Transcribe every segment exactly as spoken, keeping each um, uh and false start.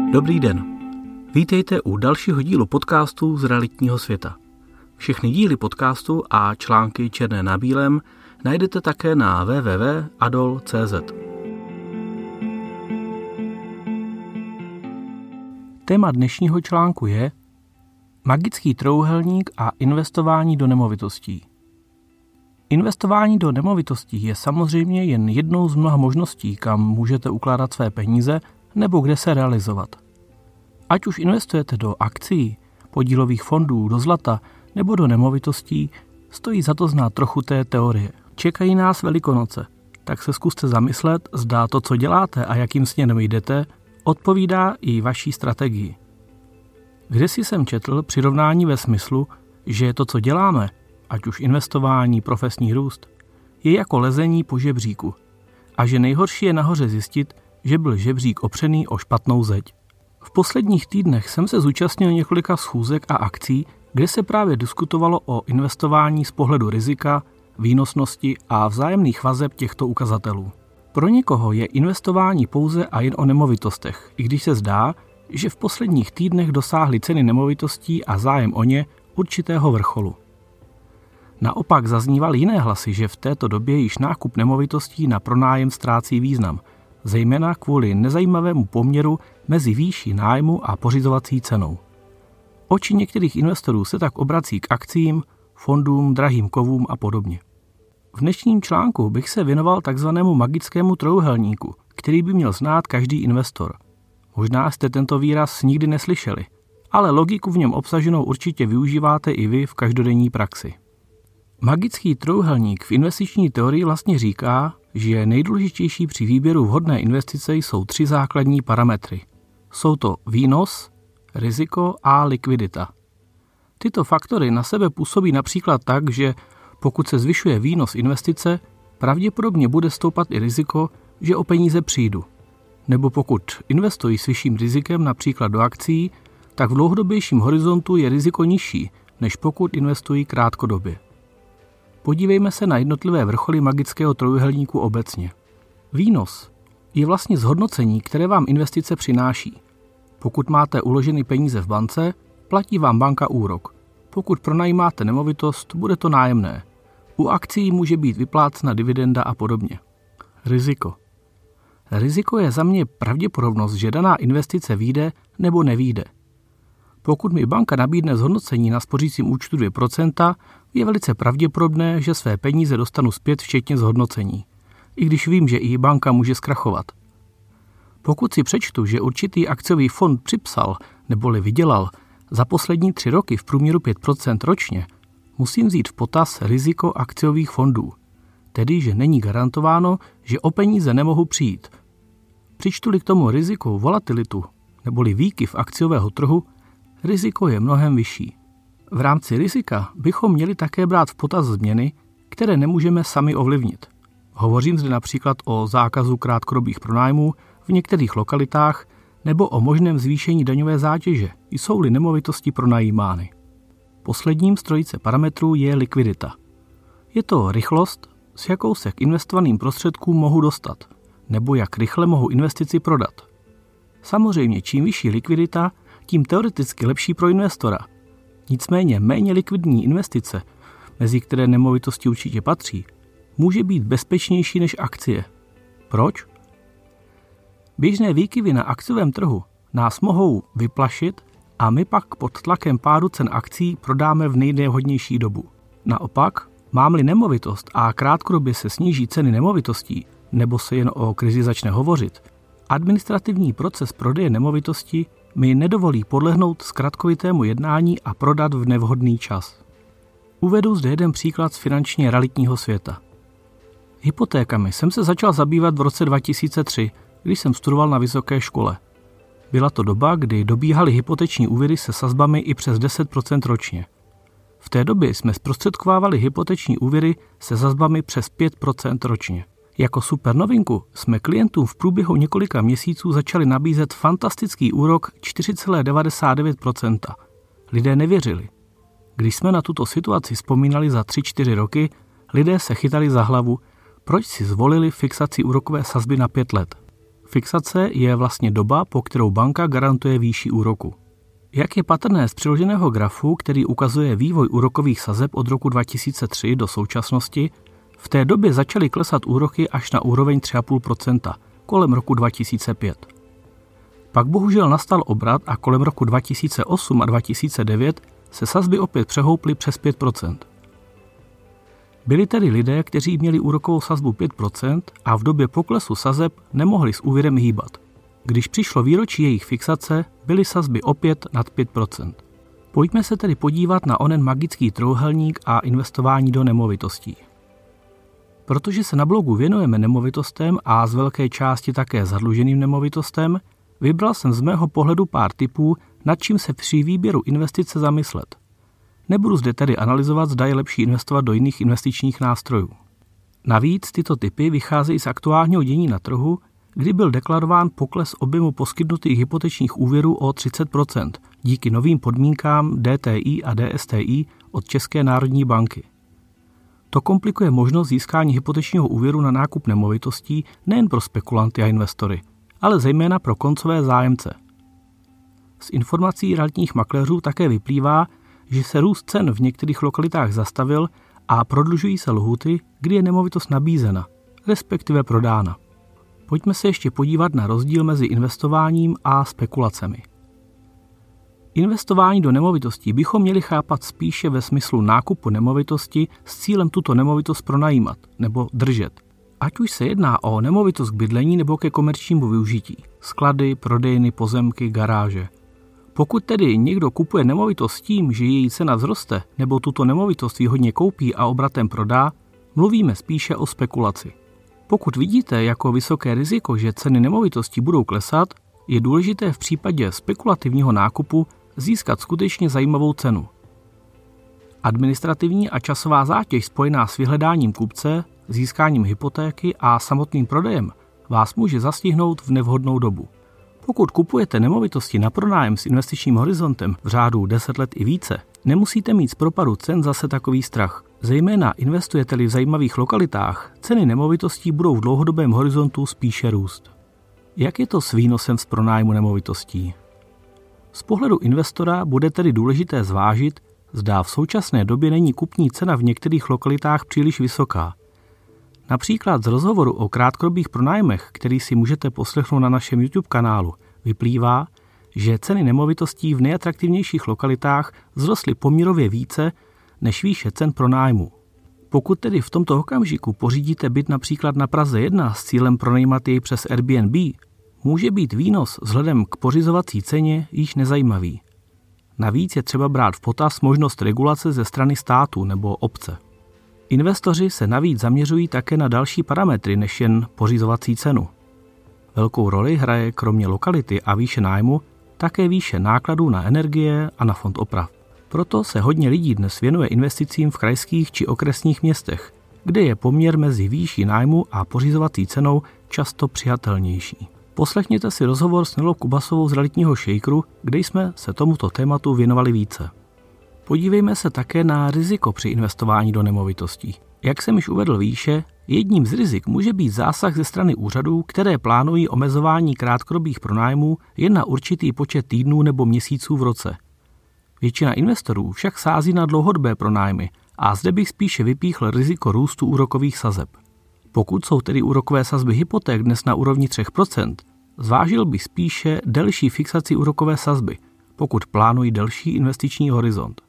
Dobrý den. Vítejte u dalšího dílu podcastu z realitního světa. Všechny díly podcastu a články černé na bílém najdete také na w w w tečka adol tečka c z. Téma dnešního článku je magický trojúhelník a investování do nemovitostí. Investování do nemovitostí je samozřejmě jen jednou z mnoha možností, kam můžete ukládat své peníze nebo kde se realizovat. Ať už investujete do akcií, podílových fondů, do zlata nebo do nemovitostí, stojí za to znát trochu té teorie. Čekají nás Velikonoce, tak se zkuste zamyslet, zda to, co děláte a jakým směrem jdete, odpovídá i vaší strategii. Kdesi jsem četl přirovnání ve smyslu, že to, co děláme, ať už investování, profesní růst, je jako lezení po žebříku a že nejhorší je nahoře zjistit, že byl žebřík opřený o špatnou zeď. V posledních týdnech jsem se zúčastnil několika schůzek a akcí, kde se právě diskutovalo o investování z pohledu rizika, výnosnosti a vzájemných vazeb těchto ukazatelů. Pro někoho je investování pouze a jen o nemovitostech, i když se zdá, že v posledních týdnech dosáhly ceny nemovitostí a zájem o ně určitého vrcholu. Naopak zaznívaly jiné hlasy, že v této době již nákup nemovitostí na pronájem ztrácí význam, zejména kvůli nezajímavému poměru mezi výší nájmu a pořizovací cenou. Oči některých investorů se tak obrací k akciím, fondům, drahým kovům a podobně. V dnešním článku bych se věnoval takzvanému magickému trojúhelníku, který by měl znát každý investor. Možná jste tento výraz nikdy neslyšeli, ale logiku v něm obsaženou určitě využíváte i vy v každodenní praxi. Magický trojúhelník v investiční teorii vlastně říká, že nejdůležitější při výběru vhodné investice jsou tři základní parametry. Jsou to výnos, riziko a likvidita. Tyto faktory na sebe působí například tak, že pokud se zvyšuje výnos investice, pravděpodobně bude stoupat i riziko, že o peníze přijdu. Nebo pokud investují s vyšším rizikem například do akcií, tak v dlouhodobějším horizontu je riziko nižší, než pokud investují krátkodobě. Podívejme se na jednotlivé vrcholy magického trojúhelníku obecně. Výnos je vlastně zhodnocení, které vám investice přináší. Pokud máte uloženy peníze v bance, platí vám banka úrok. Pokud pronajímáte nemovitost, bude to nájemné. U akcií může být vyplácena dividenda a podobně. Riziko. Riziko je za mě pravděpodobnost, že daná investice vyjde nebo nevyjde. Pokud mi banka nabídne zhodnocení na spořícím účtu dvě procenta, je velice pravděpodobné, že své peníze dostanu zpět včetně zhodnocení, i když vím, že i banka může zkrachovat. Pokud si přečtu, že určitý akciový fond připsal neboli vydělal za poslední tři roky v průměru pět procent ročně, musím vzít v potaz riziko akciových fondů, tedy že není garantováno, že o peníze nemohu přijít. Přičtu-li k tomu riziko volatilitu neboli výkyv akciového trhu, riziko je mnohem vyšší. V rámci rizika bychom měli také brát v potaz změny, které nemůžeme sami ovlivnit. Hovořím zde například o zákazu krátkodobých pronájmů v některých lokalitách nebo o možném zvýšení daňové zátěže, jsou-li nemovitosti pronajímány. Posledním z trojice parametrů je likvidita. Je to rychlost, s jakou se k investovaným prostředkům mohu dostat, nebo jak rychle mohu investici prodat. Samozřejmě čím vyšší likvidita, tím teoreticky lepší pro investora. Nicméně méně likvidní investice, mezi které nemovitosti určitě patří, může být bezpečnější než akcie. Proč? Běžné výkyvy na akciovém trhu nás mohou vyplašit a my pak pod tlakem pádu cen akcií prodáme v nejnevhodnější dobu. Naopak, mám-li nemovitost a krátkodobě se sníží ceny nemovitostí, nebo se jen o krizi začne hovořit, administrativní proces prodeje nemovitosti mi nedovolí podlehnout zkratkovitému jednání a prodat v nevhodný čas. Uvedu zde jeden příklad z finančně realitního světa. Hypotékami jsem se začal zabývat v roce dva tisíce tři, když jsem studoval na vysoké škole. Byla to doba, kdy dobíhaly hypoteční úvěry se sazbami i přes deset procent ročně. V té době jsme zprostředkovávali hypoteční úvěry se sazbami přes pět procent ročně. Jako super novinku jsme klientům v průběhu několika měsíců začali nabízet fantastický úrok čtyři celá devadesát devět procenta. Lidé nevěřili. Když jsme na tuto situaci vzpomínali za tři čtyři roky, lidé se chytali za hlavu, proč si zvolili fixaci úrokové sazby na pět let. Fixace je vlastně doba, po kterou banka garantuje výši úroku. Jak je patrné z přiloženého grafu, který ukazuje vývoj úrokových sazeb od roku dva tisíce tři do současnosti, v té době začaly klesat úroky až na úroveň tři celá pět procenta kolem roku dva tisíce pět. Pak bohužel nastal obrat a kolem roku dva tisíce osm a dva tisíce devět se sazby opět přehouply přes pět procent. Byli tedy lidé, kteří měli úrokovou sazbu pět procent a v době poklesu sazeb nemohli s úvěrem hýbat. Když přišlo výročí jejich fixace, byly sazby opět nad pět procent. Pojďme se tedy podívat na onen magický trojúhelník a investování do nemovitostí. Protože se na blogu věnujeme nemovitostem a z velké části také zadluženým nemovitostem, vybral jsem z mého pohledu pár tipů, nad čím se při výběru investice zamyslet. Nebudu zde tedy analyzovat, zda je lepší investovat do jiných investičních nástrojů. Navíc tyto tipy vycházejí z aktuálního dění na trhu, kdy byl deklarován pokles objemu poskytnutých hypotečních úvěrů o třicet procent díky novým podmínkám D T I a D S T I od České národní banky. To komplikuje možnost získání hypotečního úvěru na nákup nemovitostí nejen pro spekulanty a investory, ale zejména pro koncové zájemce. Z informací realitních makléřů také vyplývá, že se růst cen v některých lokalitách zastavil a prodlužují se lhůty, kdy je nemovitost nabízena, respektive prodána. Pojďme se ještě podívat na rozdíl mezi investováním a spekulacemi. Investování do nemovitostí bychom měli chápat spíše ve smyslu nákupu nemovitosti s cílem tuto nemovitost pronajímat nebo držet. Ať už se jedná o nemovitost k bydlení nebo ke komerčnímu využití, sklady, prodejny, pozemky, garáže. Pokud tedy někdo kupuje nemovitost s tím, že její cena vzroste nebo tuto nemovitost výhodně koupí a obratem prodá, mluvíme spíše o spekulaci. Pokud vidíte jako vysoké riziko, že ceny nemovitostí budou klesat, je důležité v případě spekulativního nákupu získat skutečně zajímavou cenu. Administrativní a časová zátěž spojená s vyhledáním kupce, získáním hypotéky a samotným prodejem vás může zastihnout v nevhodnou dobu. Pokud kupujete nemovitosti na pronájem s investičním horizontem v řádu deset let i více, nemusíte mít z propadu cen zase takový strach. Zejména investujete-li v zajímavých lokalitách, ceny nemovitostí budou v dlouhodobém horizontu spíše růst. Jak je to s výnosem z pronájmu nemovitostí? Z pohledu investora bude tedy důležité zvážit, zda v současné době není kupní cena v některých lokalitách příliš vysoká. Například z rozhovoru o krátkodobých pronájmech, který si můžete poslechnout na našem YouTube kanálu, vyplývá, že ceny nemovitostí v nejatraktivnějších lokalitách vzrostly poměrově více než výše cen pronájmu. Pokud tedy v tomto okamžiku pořídíte byt například na Praze jedna s cílem pronajímat jej přes Airbnb, může být výnos vzhledem k pořizovací ceně již nezajímavý. Navíc je třeba brát v potaz možnost regulace ze strany státu nebo obce. Investoři se navíc zaměřují také na další parametry než jen pořizovací cenu. Velkou roli hraje kromě lokality a výše nájmu také výše nákladů na energie a na fond oprav. Proto se hodně lidí dnes věnuje investicím v krajských či okresních městech, kde je poměr mezi výší nájmu a pořizovací cenou často přijatelnější. Poslechněte si rozhovor s Nelou Kubasovou z realitního Shakeru, kde jsme se tomuto tématu věnovali více. Podívejme se také na riziko při investování do nemovitostí. Jak jsem již uvedl výše, jedním z rizik může být zásah ze strany úřadů, které plánují omezování krátkodobých pronájmů jen na určitý počet týdnů nebo měsíců v roce. Většina investorů však sází na dlouhodobé pronájmy a zde bych spíše vypíchl riziko růstu úrokových sazeb. Pokud jsou tedy úrokové sazby hypoték dnes na úrovni tři procenta, zvážil bych spíše delší fixaci úrokové sazby, pokud plánují delší investiční horizont.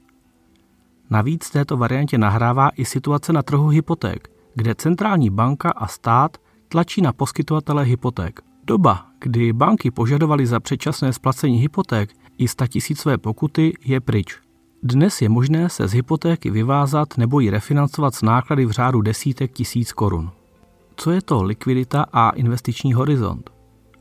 Navíc této variantě nahrává i situace na trhu hypoték, kde centrální banka a stát tlačí na poskytovatele hypoték. Doba, kdy banky požadovaly za předčasné splacení hypoték i statisícové pokuty, je pryč. Dnes je možné se z hypotéky vyvázat nebo ji refinancovat s náklady v řádu desítek tisíc korun. Co je to likvidita a investiční horizont?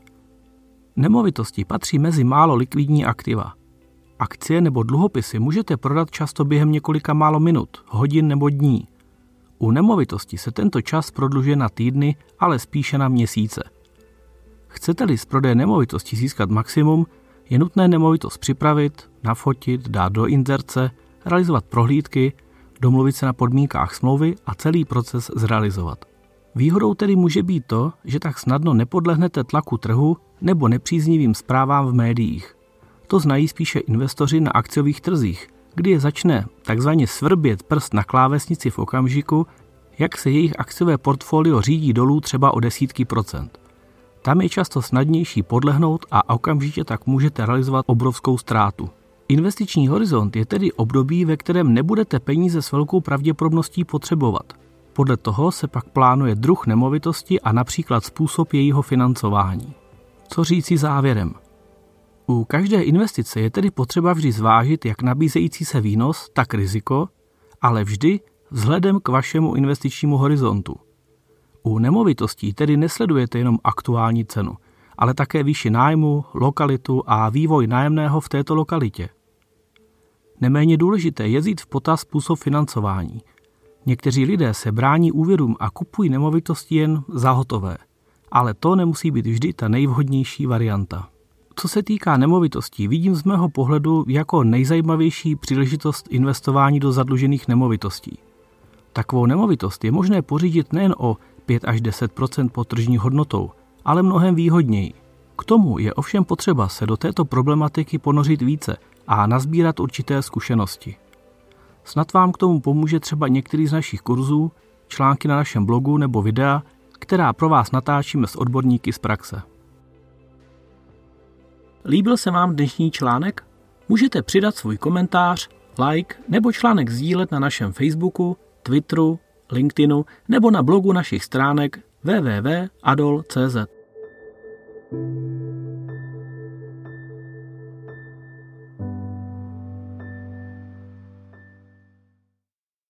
Nemovitosti patří mezi málo likvidní aktiva. Akcie nebo dluhopisy můžete prodat často během několika málo minut, hodin nebo dní. U nemovitosti se tento čas prodlužuje na týdny, ale spíše na měsíce. Chcete-li z prodeje nemovitosti získat maximum, je nutné nemovitost připravit, nafotit, dát do inzerce, realizovat prohlídky, domluvit se na podmínkách smlouvy a celý proces zrealizovat. Výhodou tedy může být to, že tak snadno nepodlehnete tlaku trhu nebo nepříznivým zprávám v médiích. To znají spíše investoři na akciových trzích, kdy je začne takzvaně svrbět prst na klávesnici v okamžiku, jak se jejich akciové portfolio řídí dolů třeba o desítky procent. Tam je často snadnější podlehnout a okamžitě tak můžete realizovat obrovskou ztrátu. Investiční horizont je tedy období, ve kterém nebudete peníze s velkou pravděpodobností potřebovat. Podle toho se pak plánuje druh nemovitosti a například způsob jejího financování. Co říci závěrem? U každé investice je tedy potřeba vždy zvážit jak nabízející se výnos, tak riziko, ale vždy vzhledem k vašemu investičnímu horizontu. U nemovitostí tedy nesledujete jenom aktuální cenu, ale také výši nájmu, lokalitu a vývoj nájemného v této lokalitě. Neméně důležité je vzít v potaz způsob financování. Někteří lidé se brání úvěrům a kupují nemovitosti jen za hotové, ale to nemusí být vždy ta nejvhodnější varianta. Co se týká nemovitostí, vidím z mého pohledu jako nejzajímavější příležitost investování do zadlužených nemovitostí. Takovou nemovitost je možné pořídit nejen o pět až deset procent pod tržní hodnotou, ale mnohem výhodněji. K tomu je ovšem potřeba se do této problematiky ponořit více a nazbírat určité zkušenosti. Snad vám k tomu pomůže třeba některý z našich kurzů, články na našem blogu nebo videa, která pro vás natáčíme s odborníky z praxe. Líbil se vám dnešní článek? Můžete přidat svůj komentář, like nebo článek sdílet na našem Facebooku, Twitteru, LinkedInu nebo na blogu našich stránek w w w tečka adol tečka c z.